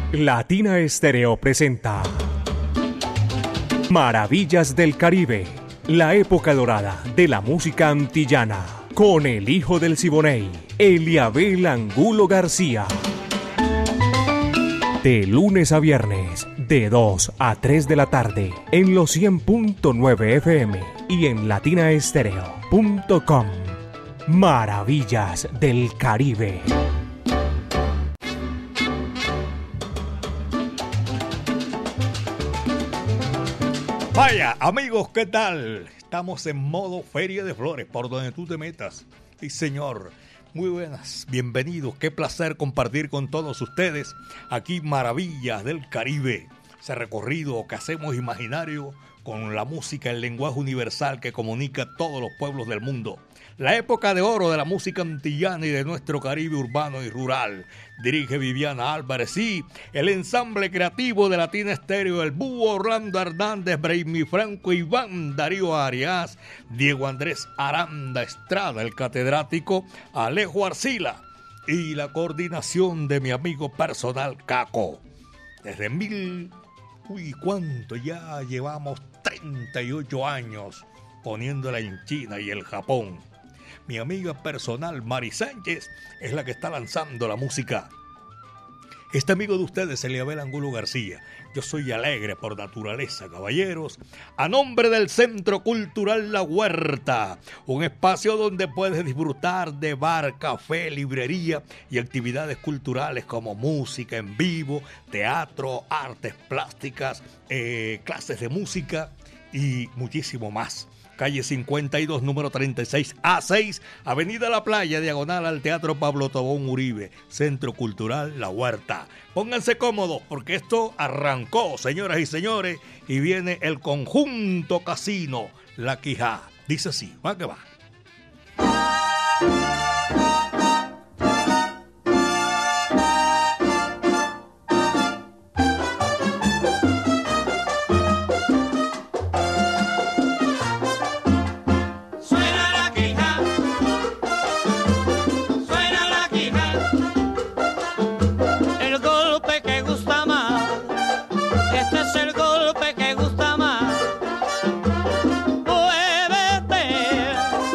Latina Estéreo presenta Maravillas del Caribe, la época dorada de la música antillana, con el hijo del Siboney, Eliabel Angulo García. De lunes a viernes, de 2 a 3 de la tarde, en los 100.9 FM y en latinaestereo.com. Maravillas del Caribe. Vaya, amigos, ¿qué tal? Estamos en modo Feria de Flores, por donde tú te metas. Sí, señor. Muy buenas, bienvenidos. Qué placer compartir con todos ustedes aquí Maravillas del Caribe. Ese recorrido que hacemos imaginario con la música, el lenguaje universal que comunica a todos los pueblos del mundo. La época de oro de la música antillana y de nuestro Caribe urbano y rural. Dirige Viviana Álvarez y el ensamble creativo de Latina Estéreo, el Búho Orlando Hernández, Braimi Franco, Iván Darío Arias, Diego Andrés Aranda Estrada, el catedrático Alejo Arcila y la coordinación de mi amigo personal Caco. Desde ¿cuánto? Ya llevamos 38 años poniéndola en China y el Japón. Mi amiga personal Mari Sánchez es la que está lanzando la música. Este amigo de ustedes, Eliabel Angulo García. Yo soy alegre por naturaleza, caballeros. A nombre del Centro Cultural La Huerta, un espacio donde puedes disfrutar de bar, café, librería y actividades culturales como música en vivo, teatro, artes plásticas, clases de música y muchísimo más. Calle 52, número 36A6, Avenida La Playa, diagonal al Teatro Pablo Tobón Uribe, Centro Cultural La Huerta. Pónganse cómodos porque esto arrancó, señoras y señores, y viene el conjunto casino La Quijá. Dice así, va que va. Muévete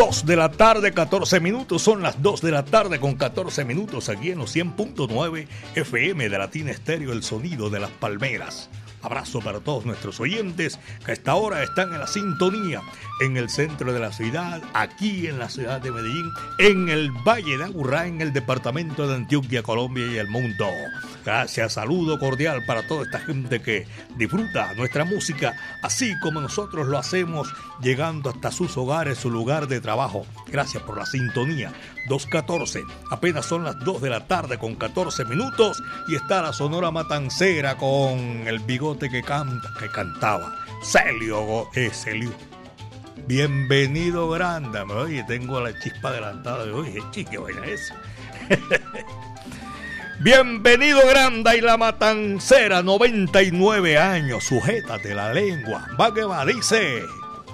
2 de la tarde, 14 minutos. Son las 2 de la tarde con 14 minutos aquí en los 100.9 FM de Latina Estéreo, el sonido de las palmeras. Abrazo para todos nuestros oyentes que a esta hora están en la sintonía en el centro de la ciudad, aquí en la ciudad de Medellín, en el Valle de Aburrá, en el departamento de Antioquia, Colombia y el mundo. Gracias, saludo cordial para toda esta gente que disfruta nuestra música, así como nosotros lo hacemos, llegando hasta sus hogares, su lugar de trabajo. Gracias por la sintonía. 2:14, apenas son las 2 de la tarde con 14 minutos y está la Sonora Matancera con el bigote que cantaba Celio. Bienvenido, Granda. Oye, tengo la chispa adelantada de hoy. ¿Qué vaina es? Bienvenido, Granda y la Matancera, 99 años. Sujétate la lengua. Va que va, dice.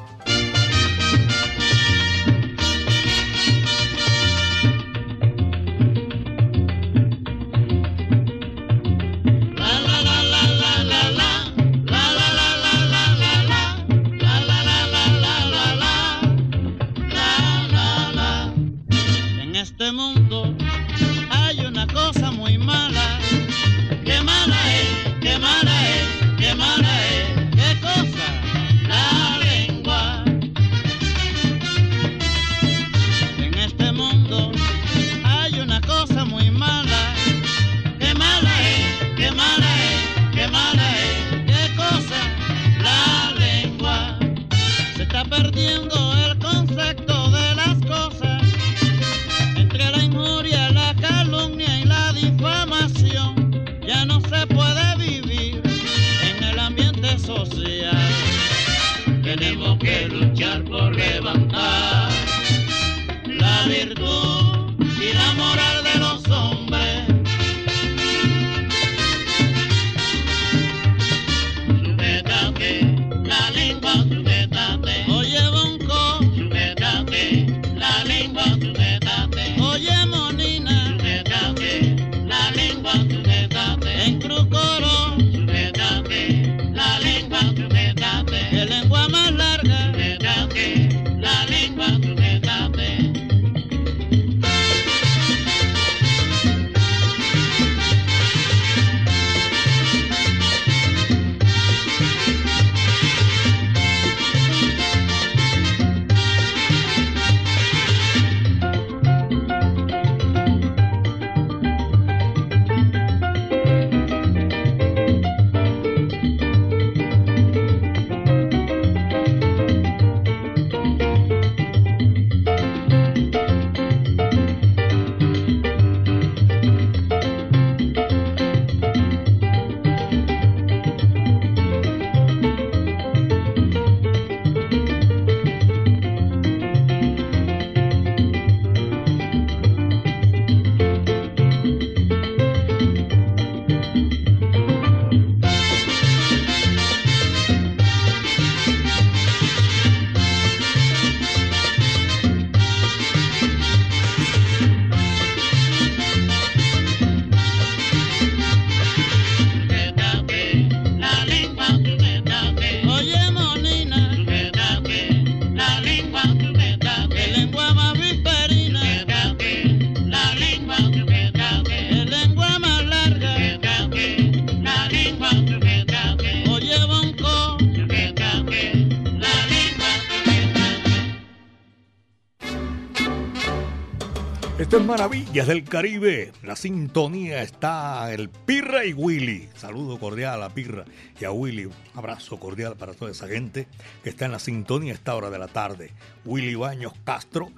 Esto es Maravillas del Caribe. La sintonía está el Pirra y Willy. Saludo cordial a Pirra y a Willy. Un abrazo cordial para toda esa gente que está en la sintonía a esta hora de la tarde. Willy Baños Castro,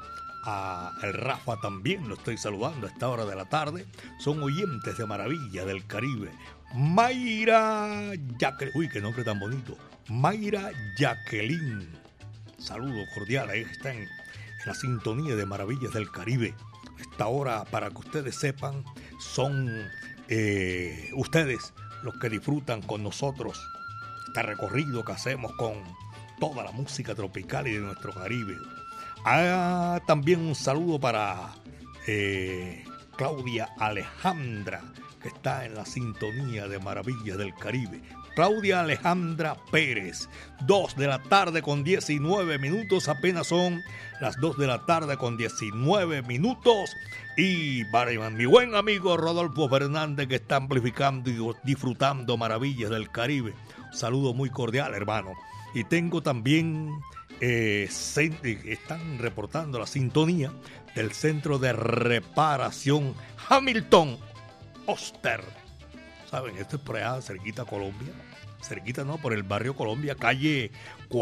a el Rafa también lo estoy saludando a esta hora de la tarde. Son oyentes de Maravillas del Caribe. Mayra Jacqueline. Uy, qué nombre tan bonito. Mayra Jacqueline. Saludo cordial. Ahí están en la sintonía de Maravillas del Caribe. Esta hora, para que ustedes sepan, son ustedes los que disfrutan con nosotros este recorrido que hacemos con toda la música tropical y de nuestro Caribe. También un saludo para Claudia Alejandra que está en la sintonía de Maravillas del Caribe. Claudia Alejandra Pérez, 2 de la tarde con 19 minutos, apenas son las 2 de la tarde con 19 minutos. Y para mi buen amigo Rodolfo Fernández, que está amplificando y disfrutando Maravillas del Caribe. Un saludo muy cordial, hermano. Y tengo también, están reportando la sintonía del Centro de Reparación Hamilton Oster. ¿Saben? Esto es por allá, cerquita Colombia. Cerquita, ¿no? Por el barrio Colombia, calle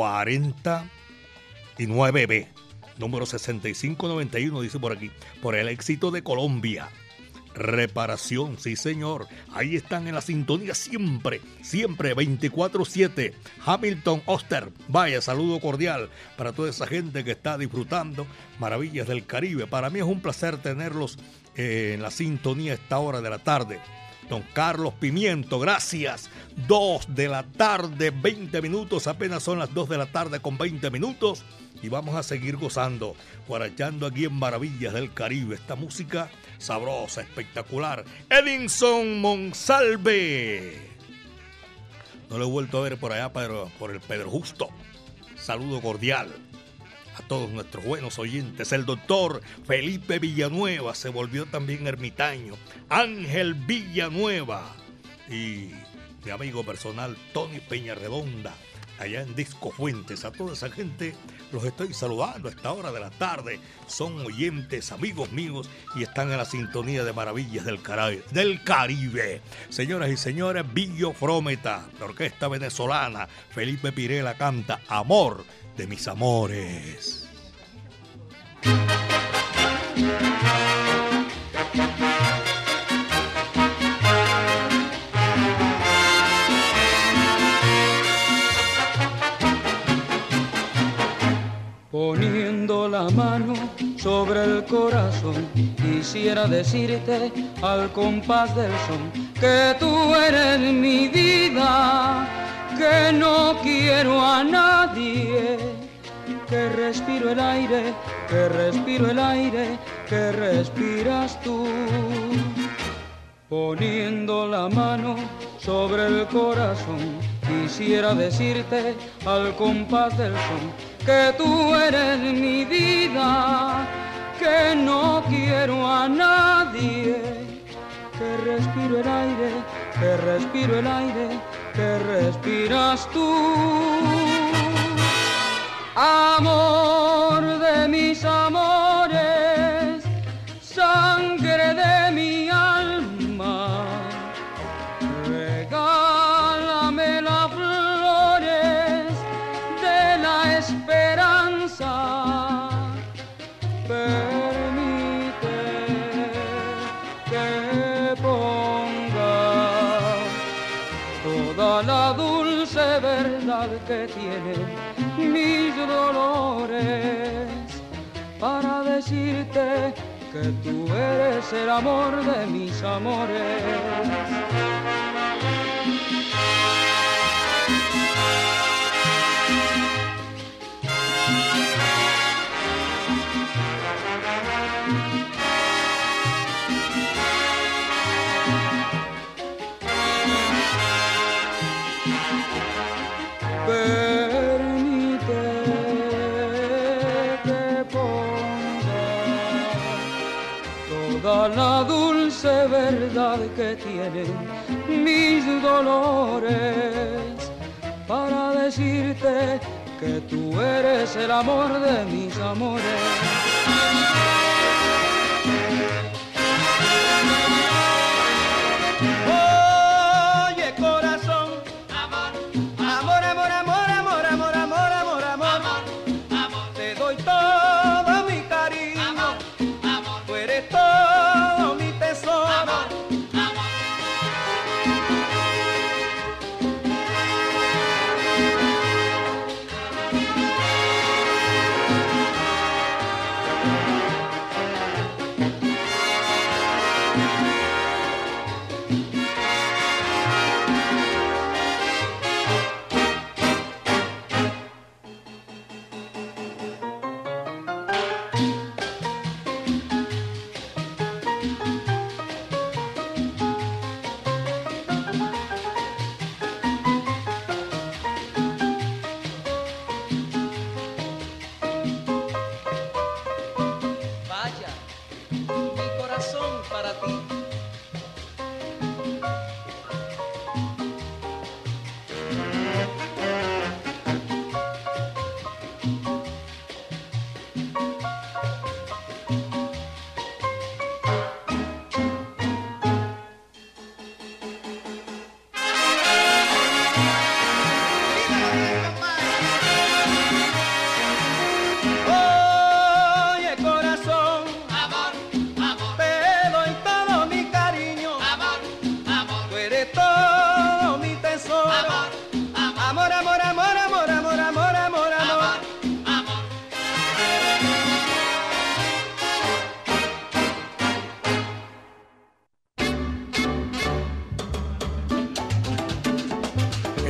49B, número 6591, dice por aquí. Por el éxito de Colombia. Reparación, sí señor. Ahí están en la sintonía siempre, siempre 24/7. Hamilton Oster. Vaya, saludo cordial para toda esa gente que está disfrutando Maravillas del Caribe. Para mí es un placer tenerlos en la sintonía a esta hora de la tarde. Don Carlos Pimiento, gracias. 2 de la tarde, 20 minutos. Apenas son las 2 de la tarde con 20 minutos. Y vamos a seguir gozando, guarachando aquí en Maravillas del Caribe. Esta música sabrosa, espectacular. Edinson Monsalve. No lo he vuelto a ver por allá, pero por el Pedro Justo. Saludo cordial a todos nuestros buenos oyentes. El doctor Felipe Villanueva se volvió también ermitaño. Ángel Villanueva y mi amigo personal Tony Peñarredonda, allá en Disco Fuentes. A toda esa gente los estoy saludando a esta hora de la tarde. Son oyentes, amigos míos, y están en la sintonía de Maravillas del Caribe. Señoras y señores, Billo Frometa, la orquesta venezolana. Felipe Pirela canta Amor de mis amores. Poniendo la mano sobre el corazón, quisiera decirte al compás del son que tú eres mi vida, que no quiero a nadie, que respiro el aire, que respiro el aire, que respiras tú. Poniendo la mano sobre el corazón, quisiera decirte al compás del son que tú eres mi vida, que no quiero a nadie, que respiro el aire, que respiro el aire, que respiras tú. Amor de mis amores, sangre de mi alma, regálame las flores de la esperanza, permite que ponga toda la dulce verdad que tiene mis dolores para decirte que tú eres el amor de mis amores. La dulce verdad que tienen mis dolores para decirte que tú eres el amor de mis amores. Oye corazón, amor, amor, amor, amor, amor, amor, amor, amor, amor, amor, te doy todo mi cariño, amor, amor, tú eres todo mi tesoro, amor, amor.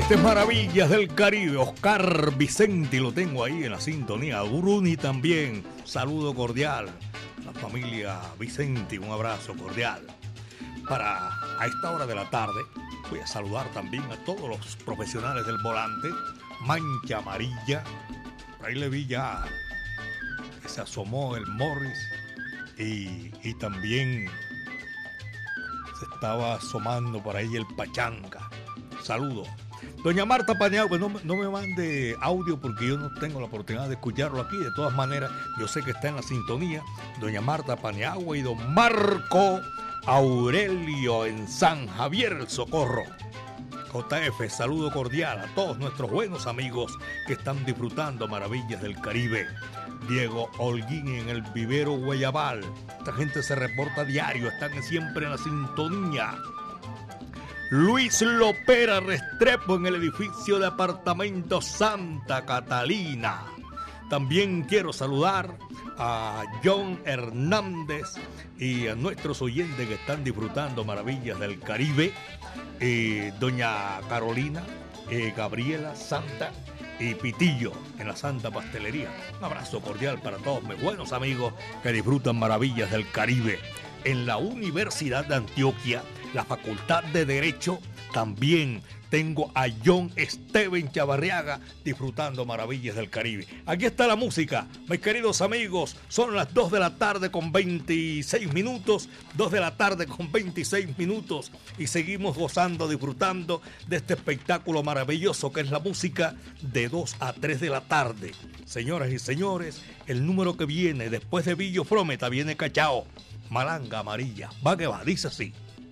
Este es Maravillas del Caribe. Oscar Vicente, lo tengo ahí en la sintonía. Bruni también. Saludo cordial. La familia Vicente, un abrazo cordial. A esta hora de la tarde voy a saludar también a todos los profesionales del volante. Mancha Amarilla. Por ahí le vi ya que se asomó el Morris y también se estaba asomando por ahí el Pachanga. Saludos. Doña Marta Paniagua, no me mande audio porque yo no tengo la oportunidad de escucharlo aquí. De todas maneras, yo sé que está en la sintonía. Doña Marta Paniagua y don Marco Aurelio en San Javier, el Socorro. JF, saludo cordial a todos nuestros buenos amigos que están disfrutando Maravillas del Caribe. Diego Holguín en el Vivero Guayabal. Esta gente se reporta diario, están siempre en la sintonía. Luis Lopera Restrepo en el edificio de apartamentos Santa Catalina. También quiero saludar a John Hernández y a nuestros oyentes que están disfrutando Maravillas del Caribe. Doña Carolina, Gabriela, Santa y Pitillo en la Santa Pastelería. Un abrazo cordial para todos mis buenos amigos que disfrutan Maravillas del Caribe. En la Universidad de Antioquia, la Facultad de Derecho, también tengo a John Esteban Chavarriaga disfrutando Maravillas del Caribe. Aquí está la música, mis queridos amigos. Son las 2 de la tarde con 26 minutos. 2 de la tarde con 26 minutos. Y seguimos gozando, disfrutando de este espectáculo maravilloso que es la música de 2 a 3 de la tarde. Señoras y señores, el número que viene después de Billo Frometa viene Cachao. Malanga Amarilla. Va que va, dice así.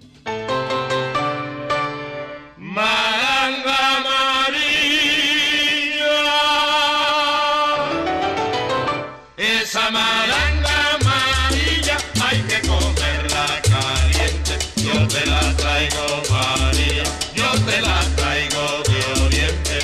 Malanga amarilla, esa malanga amarilla hay que comerla caliente. Yo te la traigo, María, yo te la traigo de Oriente.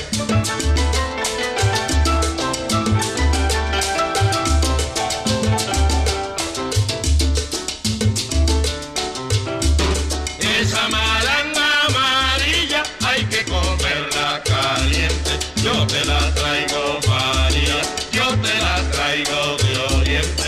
Esa malanga amarilla hay que comerla caliente. Yo te la traigo, María, yo te la traigo de Oriente.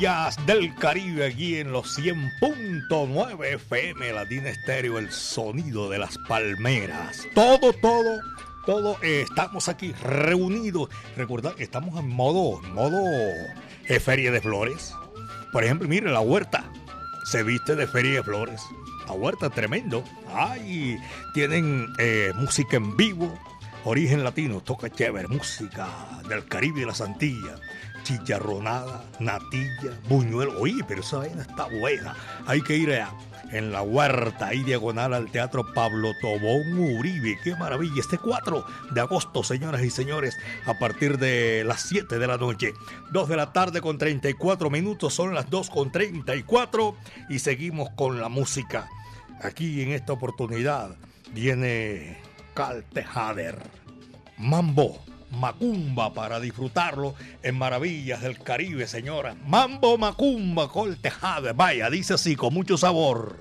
Maravillas del Caribe, aquí en los 100.9 FM, Latina Estéreo, el sonido de las palmeras. Todo, estamos aquí reunidos. Recordad que estamos en modo Feria de Flores. Por ejemplo, mire, la huerta se viste de Feria de Flores. La huerta, tremendo. Ay, tienen música en vivo, origen latino, toca chévere, música del Caribe y las Antillas. Chicharronada, natilla, buñuelo. Oye, pero esa vaina está buena. Hay que ir allá, en la huerta, ahí diagonal al Teatro Pablo Tobón Uribe. ¡Qué maravilla! Este 4 de agosto, señoras y señores, a partir de las 7 de la noche. 2 de la tarde con 34 minutos, son las 2 con 34 y seguimos con la música. Aquí en esta oportunidad viene Cal Tejada, Mambo Macumba, para disfrutarlo en Maravillas del Caribe, señora. Mambo Macumba con Tejada. Vaya, dice así, con mucho sabor.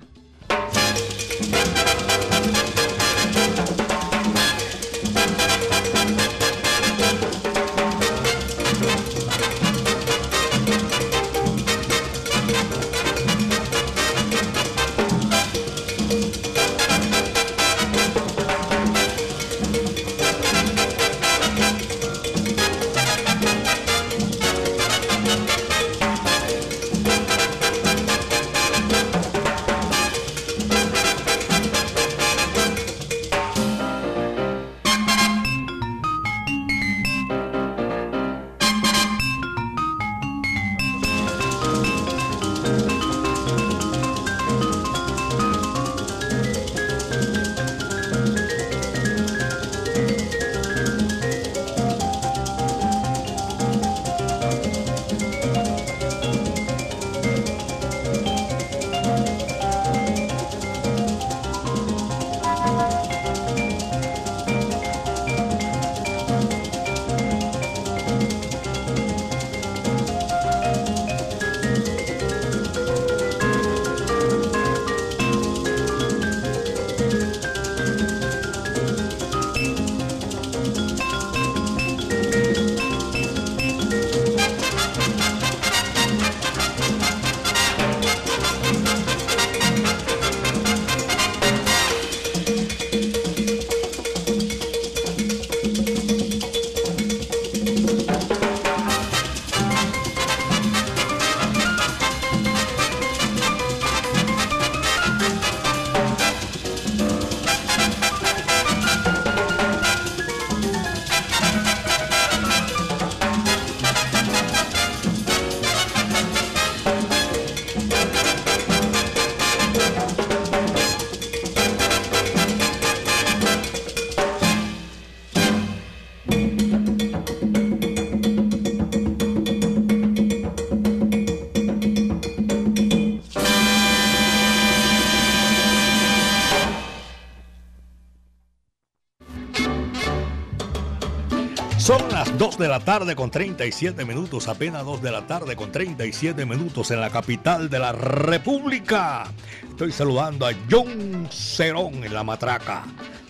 Son las 2 de la tarde con 37 minutos, apenas 2 de la tarde con 37 minutos en la capital de la República. Estoy saludando a John Cerón en la matraca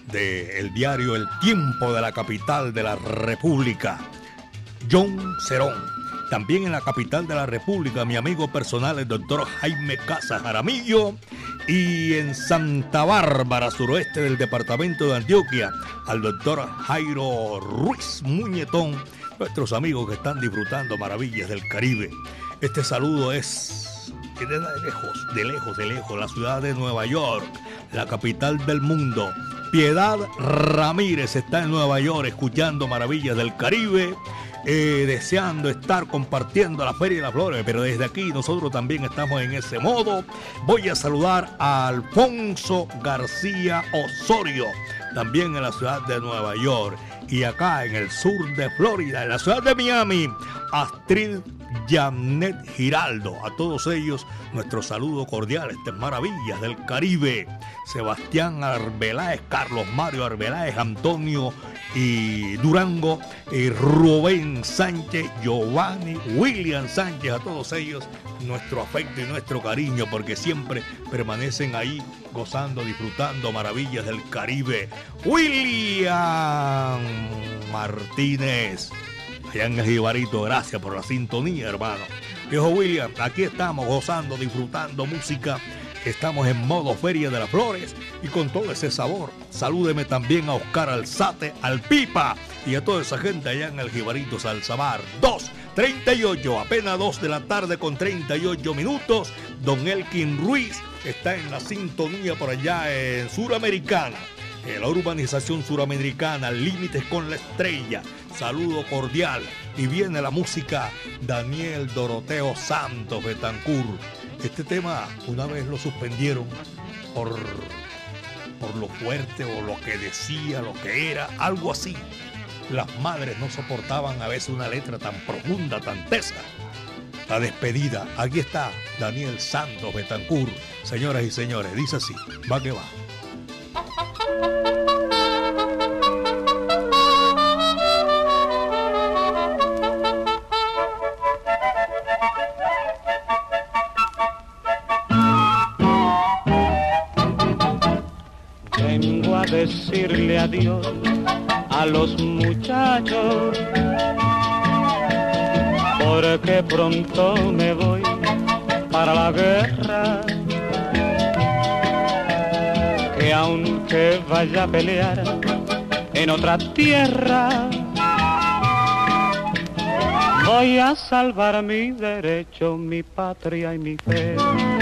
del diario El Tiempo de la capital de la República. John Cerón. También en la capital de la República, mi amigo personal, el doctor Jaime Casas Jaramillo. Y en Santa Bárbara, suroeste del departamento de Antioquia, al doctor Jairo Ruiz Muñetón, nuestros amigos que están disfrutando Maravillas del Caribe. Este saludo es de lejos, la ciudad de Nueva York, la capital del mundo. Piedad Ramírez está en Nueva York escuchando Maravillas del Caribe. Deseando estar compartiendo la Feria de las Flores, pero desde aquí nosotros también estamos en ese modo. Voy a saludar a Alfonso García Osorio, también en la ciudad de Nueva York, y acá en el sur de Florida, en la ciudad de Miami, Astrid Janet Giraldo. A todos ellos nuestro saludo cordial. Estas Maravillas del Caribe. Sebastián Arbeláez, Carlos Mario Arbeláez, Antonio y Durango, Rubén Sánchez, Giovanni, William Sánchez, a todos ellos nuestro afecto y nuestro cariño, porque siempre permanecen ahí gozando, disfrutando Maravillas del Caribe. William Martínez, allá en el Jibarito, gracias por la sintonía, hermano. Viejo William, aquí estamos gozando, disfrutando música. Estamos en modo Feria de las Flores y con todo ese sabor. Salúdeme también a Oscar Alzate, al Pipa y a toda esa gente allá en el Jibarito Salsamar. 2:38, apenas 2 de la tarde con 38 minutos. Don Elkin Ruiz está en la sintonía por allá en Suramericana, en la urbanización suramericana, límites con la estrella. Saludo cordial. Y viene la música Daniel Doroteo Santos Betancur. Este tema una vez lo suspendieron por lo fuerte o lo que decía, lo que era, algo así. Las madres no soportaban a veces una letra tan profunda, tan tesa. La despedida, aquí está Daniel Santos Betancur. Señoras y señores, dice así, va que va. Vengo a decirle adiós a los muchachos, porque pronto me voy para la guerra, que aunque vaya a pelear en otra tierra, voy a salvar mi derecho, mi patria y mi fe.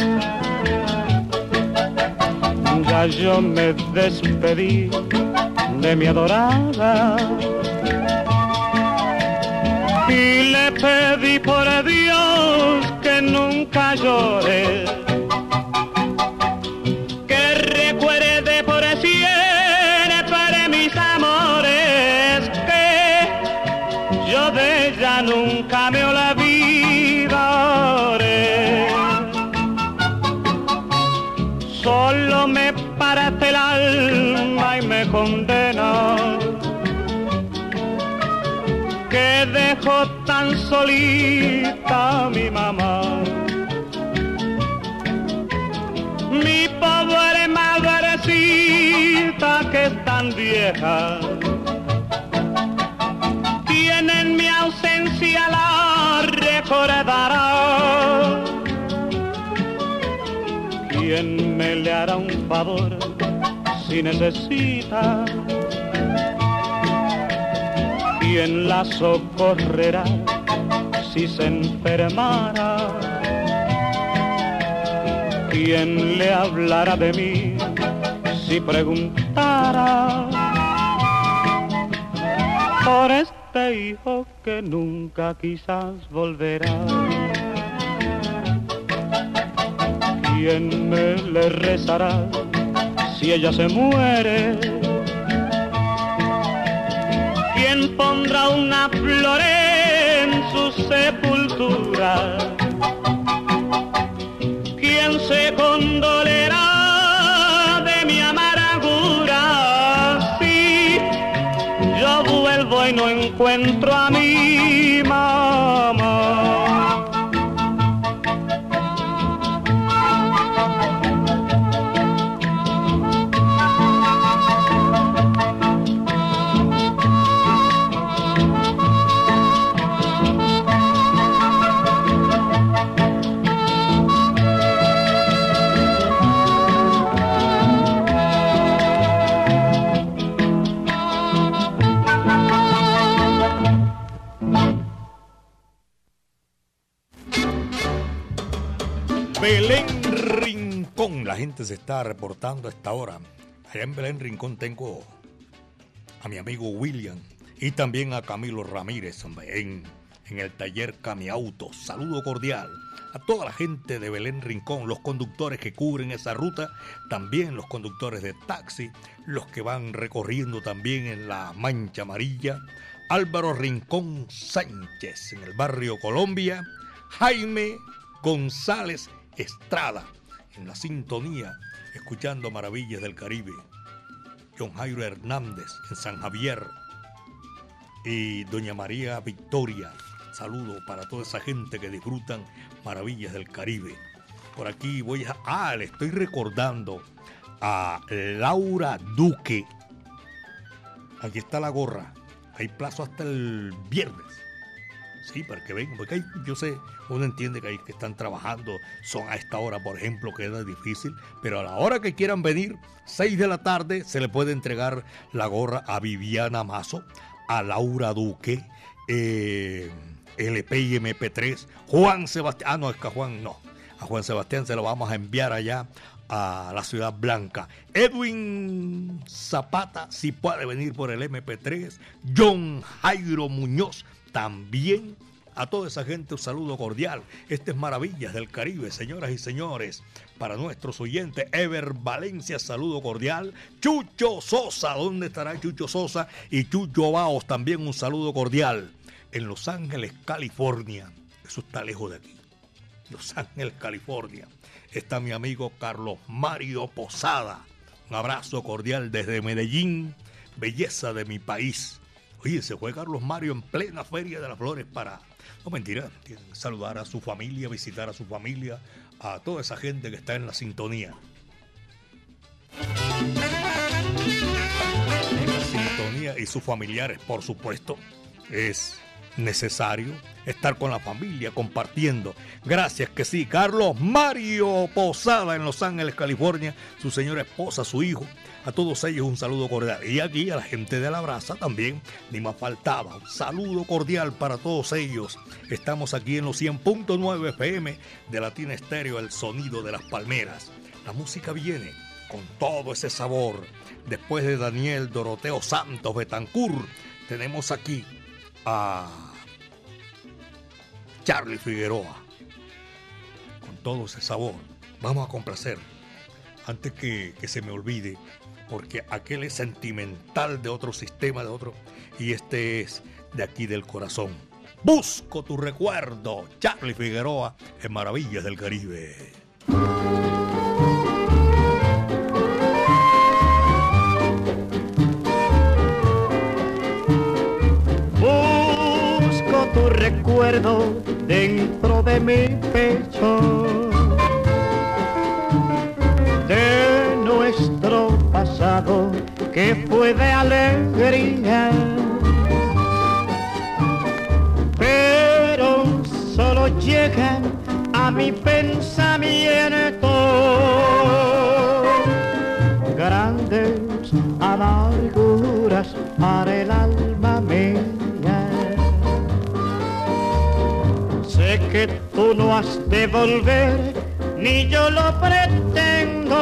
Ya yo me despedí de mi adorada y le pedí por Dios que nunca llore, que recuerde por siempre mis amores, que yo de ella nunca me olvidaré. Solo me parte el alma y me condena que dejó tan solita a mi mamá. Mi pobre madrecita que es tan vieja, tiene en mi ausencia la recordará. ¿Quién me le hará un favor si necesita? ¿Quién la socorrerá si se enfermara? ¿Quién le hablará de mí si preguntara por este hijo que nunca quizás volverá? ¿Quién me le rezará si ella se muere? ¿Quién pondrá una flor en su sepultura? ¿Quién se condolerá de mi amargura si yo vuelvo y no encuentro a mi mamá? Belén Rincón, la gente se está reportando a esta hora. Allá en Belén Rincón tengo a mi amigo William y también a Camilo Ramírez en el taller Camiautos. Saludo cordial a toda la gente de Belén Rincón, los conductores que cubren esa ruta, también los conductores de taxi, los que van recorriendo también en la Mancha Amarilla, Álvaro Rincón Sánchez en el barrio Colombia, Jaime González Estrada en la sintonía, escuchando Maravillas del Caribe, John Jairo Hernández en San Javier y doña María Victoria. Saludo para toda esa gente que disfrutan Maravillas del Caribe. Por aquí le estoy recordando a Laura Duque. Aquí está la gorra. Hay plazo hasta el viernes. Sí, para que vengan, porque yo sé, uno entiende que hay que están trabajando, son a esta hora, por ejemplo, que es difícil, pero a la hora que quieran venir, 6 de la tarde, se le puede entregar la gorra a Viviana Mazo, a Laura Duque, LP y MP3, Juan Sebastián, no, es que a Juan Sebastián se lo vamos a enviar allá a la Ciudad Blanca. Edwin Zapata, si puede venir por el MP3, John Jairo Muñoz, también. A toda esa gente un saludo cordial. Este es Maravillas del Caribe, señoras y señores. Para nuestros oyentes, Ever Valencia, saludo cordial. Chucho Sosa, ¿dónde estará Chucho Sosa? Y Chucho Baos, también un saludo cordial. En Los Ángeles, California. Eso está lejos de aquí. Los Ángeles, California. Está mi amigo Carlos Mario Posada. Un abrazo cordial desde Medellín, belleza de mi país. Oye, se fue Carlos Mario en plena Feria de las Flores para... No, mentira, saludar a su familia, visitar a su familia, a toda esa gente que está en la sintonía. En la sintonía y sus familiares, por supuesto, es necesario estar con la familia, compartiendo. Gracias que sí, Carlos Mario Posada en Los Ángeles, California, su señora esposa, su hijo. A todos ellos un saludo cordial. Y aquí a la gente de La Brasa también, ni más faltaba. Un saludo cordial para todos ellos. Estamos aquí en los 100.9 FM de Latina Estéreo, el sonido de las palmeras. La música viene con todo ese sabor. Después de Daniel Doroteo Santos Betancur, tenemos aquí a Charly Figueroa. Con todo ese sabor. Vamos a complacer. Antes que se me olvide, porque aquel es sentimental de otro sistema, de otro, y este es de aquí del corazón. Busco tu recuerdo, Charly Figueroa en Maravillas del Caribe. Busco tu recuerdo dentro de mi pecho, de nuestro pasado que fue de alegría, pero solo llegan a mi pensamiento grandes amarguras para el alma mía. Sé que tú no has de volver, ni yo lo pretendo.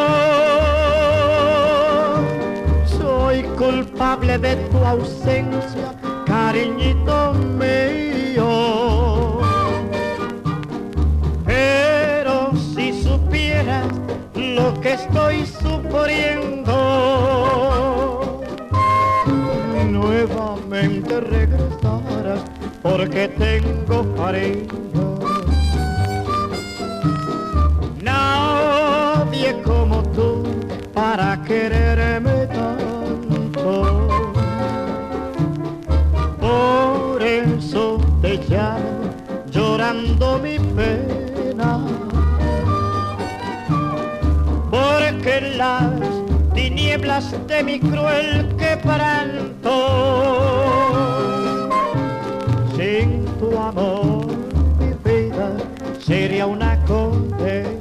Soy culpable de tu ausencia, cariñito mío. Pero si supieras lo que estoy sufriendo, nuevamente regresarás porque tengo cariño. Nadie como tú para quererme tanto. Por eso te llamo llorando mi pena, porque las tinieblas de mi cruel quebranto, sin tu amor mi vida sería una condena.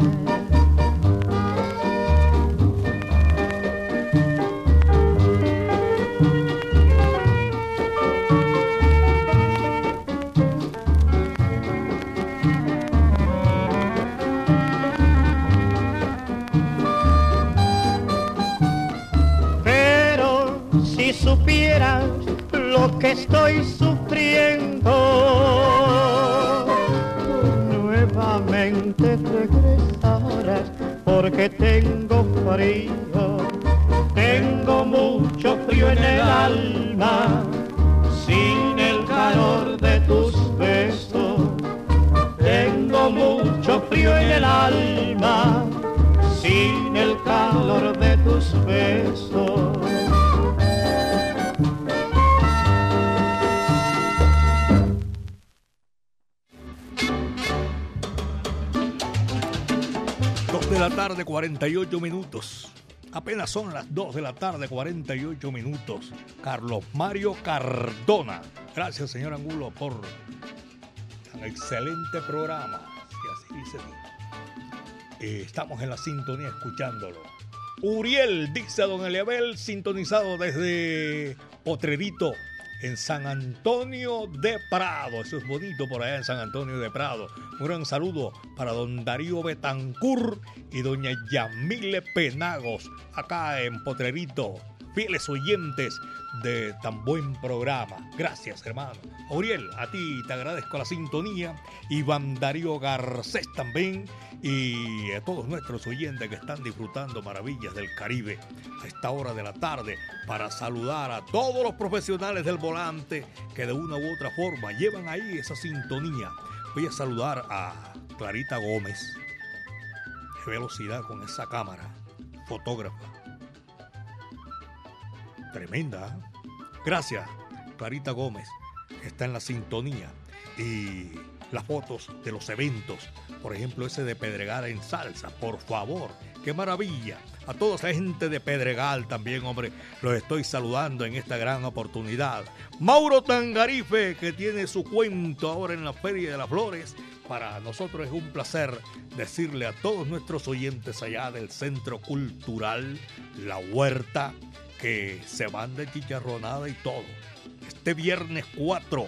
Pero si supieras lo que estoy sufriendo, nuevamente regresarás porque tengo frío, tengo mucho frío en el alma, sin el calor de tus besos. Tengo mucho frío en el alma, sin el calor de tus besos. De la tarde, 48 minutos. Apenas son las 2 de la tarde, 48 minutos. Carlos Mario Cardona. Gracias, señor Angulo, por tan excelente programa. Si así dice. Estamos en la sintonía escuchándolo. Uriel, dice don Eliabel, sintonizado desde Potrerito, en San Antonio de Prado. Eso es bonito por allá en San Antonio de Prado. Un gran saludo para don Darío Betancur y doña Yamile Penagos, acá en Potrerito. Fieles oyentes de tan buen programa. Gracias, hermano. Uriel, a ti te agradezco la sintonía. Iván Darío Garcés también. Y a todos nuestros oyentes que están disfrutando maravillas del Caribe a esta hora de la tarde, para saludar a todos los profesionales del volante que de una u otra forma llevan ahí esa sintonía. Voy a saludar a Clarita Gómez. Qué velocidad con esa cámara. Fotógrafa. Tremenda, ¿eh? Gracias, Clarita Gómez, que está en la sintonía. Y las fotos de los eventos, por ejemplo ese de Pedregal en salsa, por favor, qué maravilla. A toda esa gente de Pedregal también, hombre, los estoy saludando en esta gran oportunidad. Mauro Tangarife, que tiene su cuento ahora en la Feria de las Flores. Para nosotros es un placer decirle a todos nuestros oyentes allá del Centro Cultural La Huerta que se van de chicharronada y todo. Este viernes 4,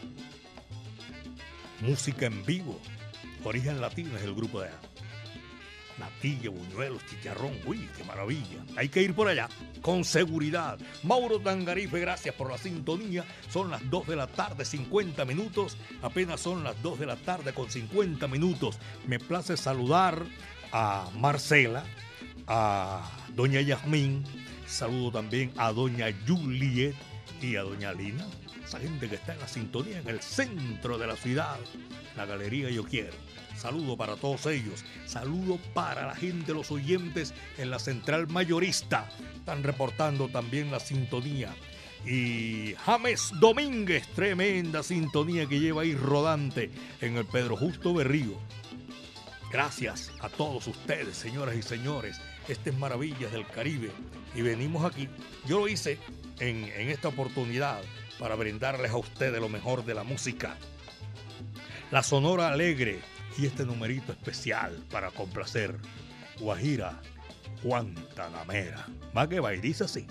música en vivo. Origen Latino es el grupo de allá. Natilla, buñuelos, chicharrón, uy, qué maravilla. Hay que ir por allá, con seguridad. Mauro Tangarife, gracias por la sintonía. Son las 2 de la tarde, 50 minutos. Apenas son las 2 de la tarde con 50 minutos. Me place saludar a Marcela, a doña Yasmín. Saludo también a doña Juliet y a doña Lina. Esa gente que está en la sintonía en el centro de la ciudad, la Galería Yo Quiero. Saludo para todos ellos. Saludo para la gente, los oyentes en la Central Mayorista. Están reportando también la sintonía. Y James Domínguez, tremenda sintonía que lleva ahí rodante en el Pedro Justo Berrío. Gracias a todos ustedes, señoras y señores. Estas Maravillas del Caribe. Y venimos aquí. Yo lo hice en esta oportunidad para brindarles a ustedes lo mejor de la música. La Sonora Alegre. Y este numerito especial para complacer Guajira Guantanamera. Va que va y dice así.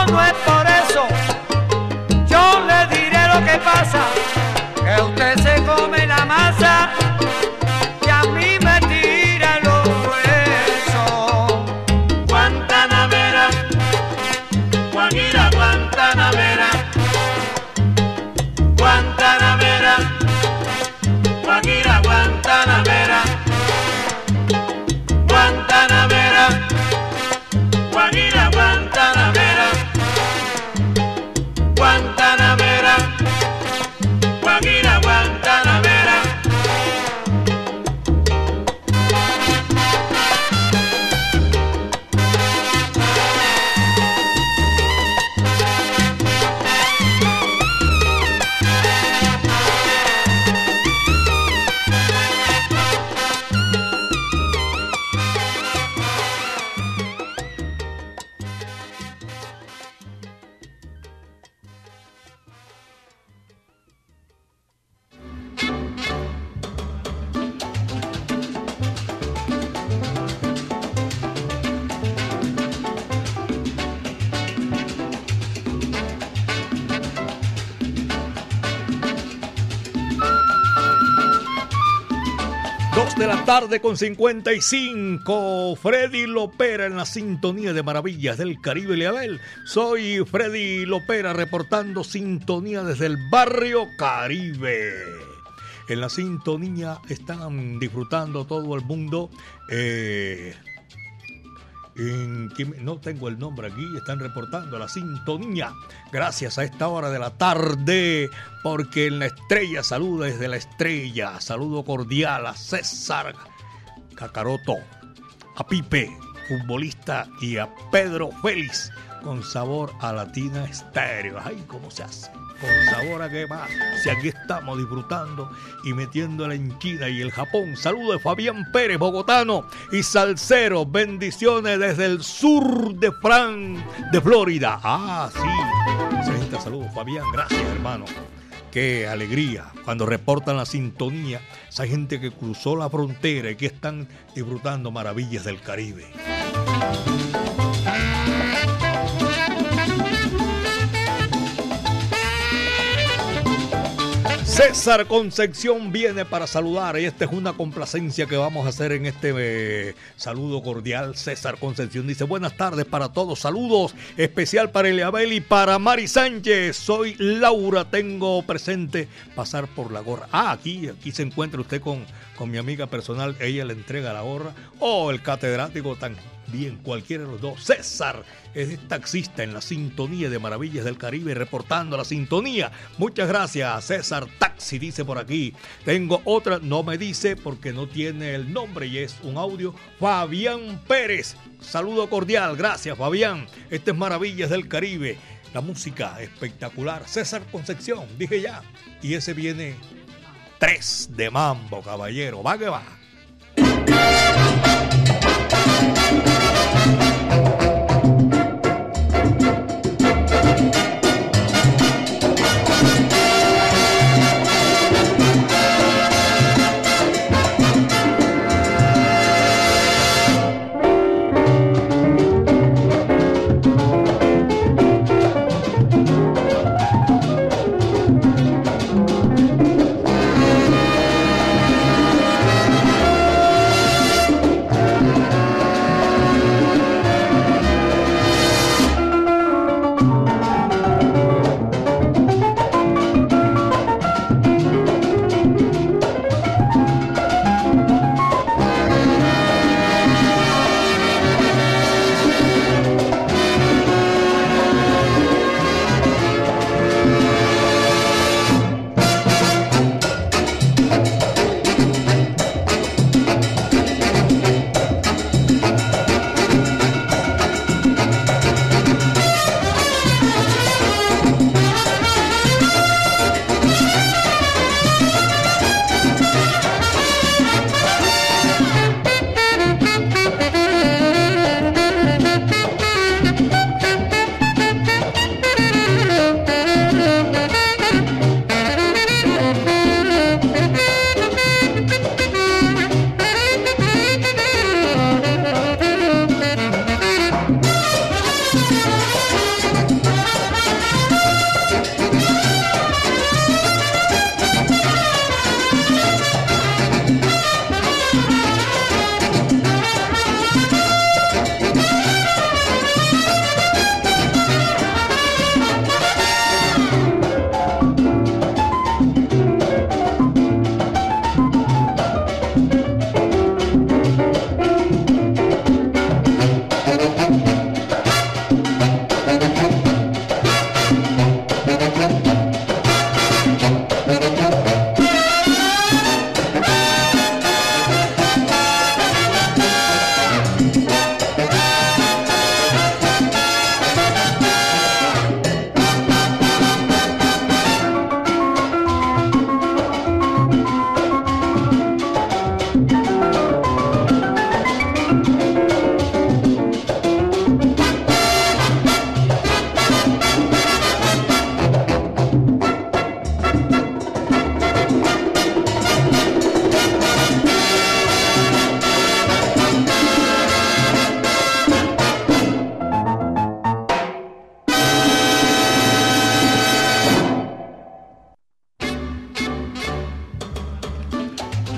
no, no es por eso. Yo le diré lo que pasa, que usted se come la masa y a mí me tira los huesos. Guantanamera, Guajira, Guantanamera, Guantanamera, Guajira, Guantanamera, Guantanamera, Guajira, Guantanamera, Guantanamera, Guajira, Guantanamera. 2 de la tarde con 55. Freddy Lopera en la sintonía de Maravillas del Caribe, Leabel. Soy Freddy Lopera reportando sintonía desde el barrio Caribe. En la sintonía están disfrutando todo el mundo. No tengo el nombre aquí, están reportando la sintonía. Gracias a esta hora de la tarde, porque en la estrella saluda desde la estrella. Saludo cordial a César Cacaroto, a Pipe, futbolista, y a Pedro Félix, con sabor a Latina Estéreo. Ay, ¿cómo se hace? Con sabor a qué más. Si aquí estamos disfrutando y metiéndola en China y el Japón. Saludo de Fabián Pérez, bogotano y salsero. Bendiciones desde el sur de Florida. Ah, sí. Excelente saludo, Fabián. Gracias, hermano. Qué alegría cuando reportan la sintonía. Esa gente que cruzó la frontera y que están disfrutando Maravillas del Caribe. César Concepción viene para saludar y esta es una complacencia que vamos a hacer en este saludo cordial. César Concepción dice: buenas tardes para todos, saludos especial para Eliabel y para Mari Sánchez. Soy Laura, tengo presente pasar por la gorra. Aquí se encuentra usted con mi amiga personal, ella le entrega la gorra. El catedrático también, cualquiera de los dos. César es taxista en la sintonía de Maravillas del Caribe, reportando la sintonía. Muchas gracias, César Taxi, dice por aquí. Tengo otra, no me dice porque no tiene el nombre y es un audio. Fabián Pérez, saludo cordial, gracias Fabián. Este es Maravillas del Caribe, la música espectacular. César Concepción, dije ya. Y ese viene 3 de mambo, caballero, va que va.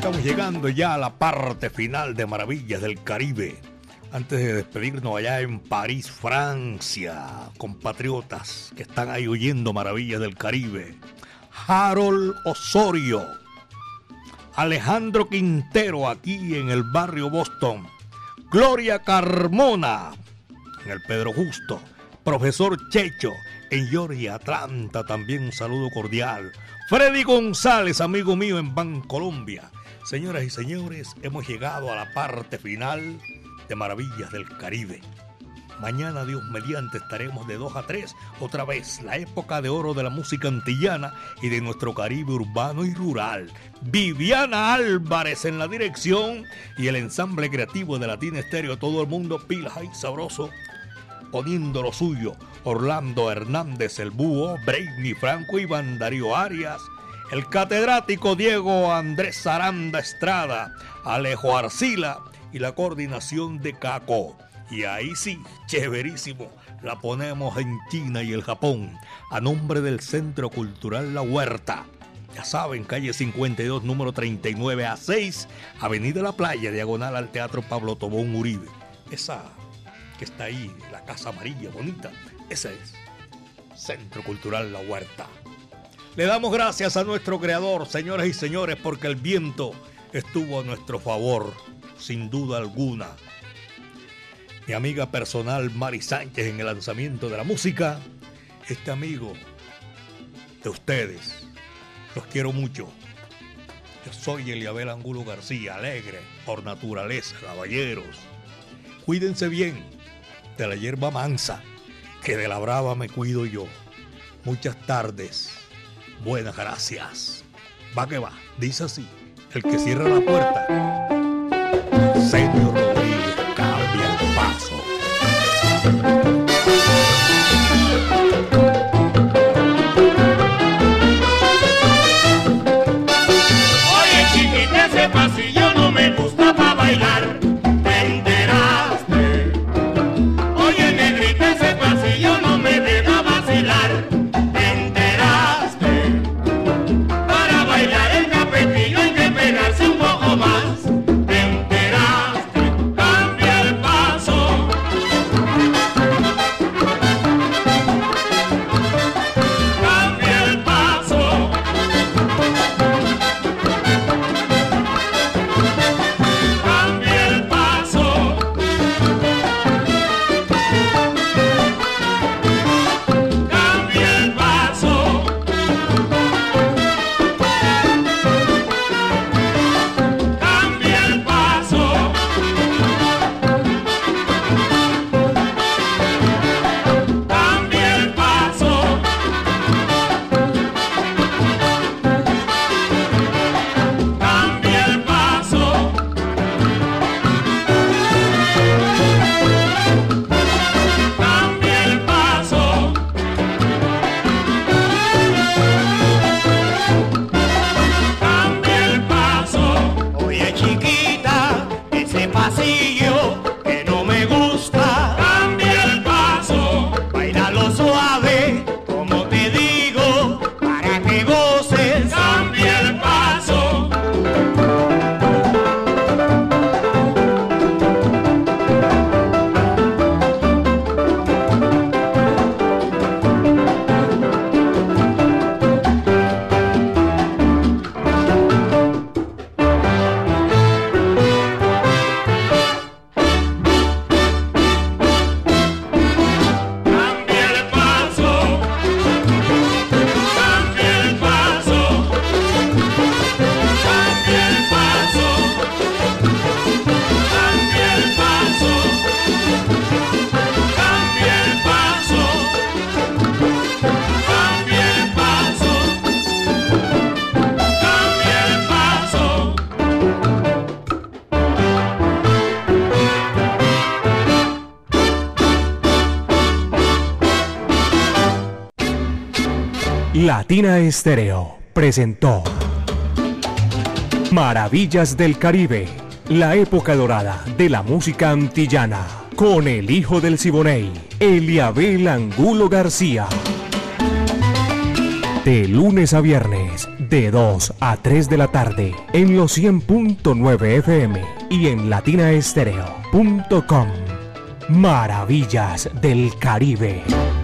Estamos llegando ya a la parte final de Maravillas del Caribe. Antes de despedirnos allá en París, Francia, compatriotas que están ahí oyendo Maravillas del Caribe. Harold Osorio, Alejandro Quintero aquí en el barrio Boston, Gloria Carmona en el Pedro Justo, Profesor Checho en Georgia, Atlanta, también un saludo cordial. Freddy González, amigo mío en Bancolombia. Señoras y señores, hemos llegado a la parte final de Maravillas del Caribe. Mañana, Dios mediante, estaremos de 2 a 3, otra vez, la época de oro de la música antillana y de nuestro Caribe urbano y rural. Viviana Álvarez en la dirección y el ensamble creativo de Latina Estéreo, todo el mundo pilas ahí sabroso, poniendo lo suyo. Orlando Hernández, el Búho, Brainy Franco, Iván Darío Arias, el catedrático Diego Andrés Aranda Estrada, Alejo Arcila y la coordinación de Caco. Y ahí sí, chéverísimo, la ponemos en China y el Japón, a nombre del Centro Cultural La Huerta. Ya saben, calle 52, número 39A6, Avenida La Playa, diagonal al Teatro Pablo Tobón Uribe. Esa que está ahí, la casa amarilla bonita, ese es Centro Cultural La Huerta. Le damos gracias a nuestro creador, señoras y señores, porque el viento estuvo a nuestro favor, sin duda alguna. Mi amiga personal Mari Sánchez en el lanzamiento de la música. Este amigo de ustedes, los quiero mucho. Yo soy Eliabel Angulo García, alegre por naturaleza, caballeros. Cuídense bien de la hierba mansa, que de la brava me cuido yo. Muchas tardes, buenas gracias. Va que va, dice así, el que cierra la puerta, Señor Rodríguez, cambia el paso. Oye, chiquita, ese pasillo no me gusta para bailar. ¿Te enteraste? Oye, negrita, ese pasillo no me deja vacilar. ¿Te enteraste? Para bailar el capetillo hay que pegarse un poco más. ¿Te enteraste? Cambia el paso. Cambia el paso. Cambia el paso. Cambia el paso. Cambia el paso. Cambia el paso. Cambia el paso. Cambia el paso. Cambia el paso. Oye chiquita, ese pasillo que no me gusta, Cambia el paso. bailalo suave, como te digo, para que goces. Cambia el paso. Cambia el paso. Cambia el paso. Cambia el paso. Cambia el paso. Cambia el paso. Cambia el paso. Cambia el paso. Latina Estéreo presentó Maravillas del Caribe, la época dorada de la música antillana, con el hijo del Siboney, Eliabel Angulo García. De lunes a viernes, de 2 a 3 de la tarde en los 100.9 FM y en latinaestereo.com. Maravillas del Caribe.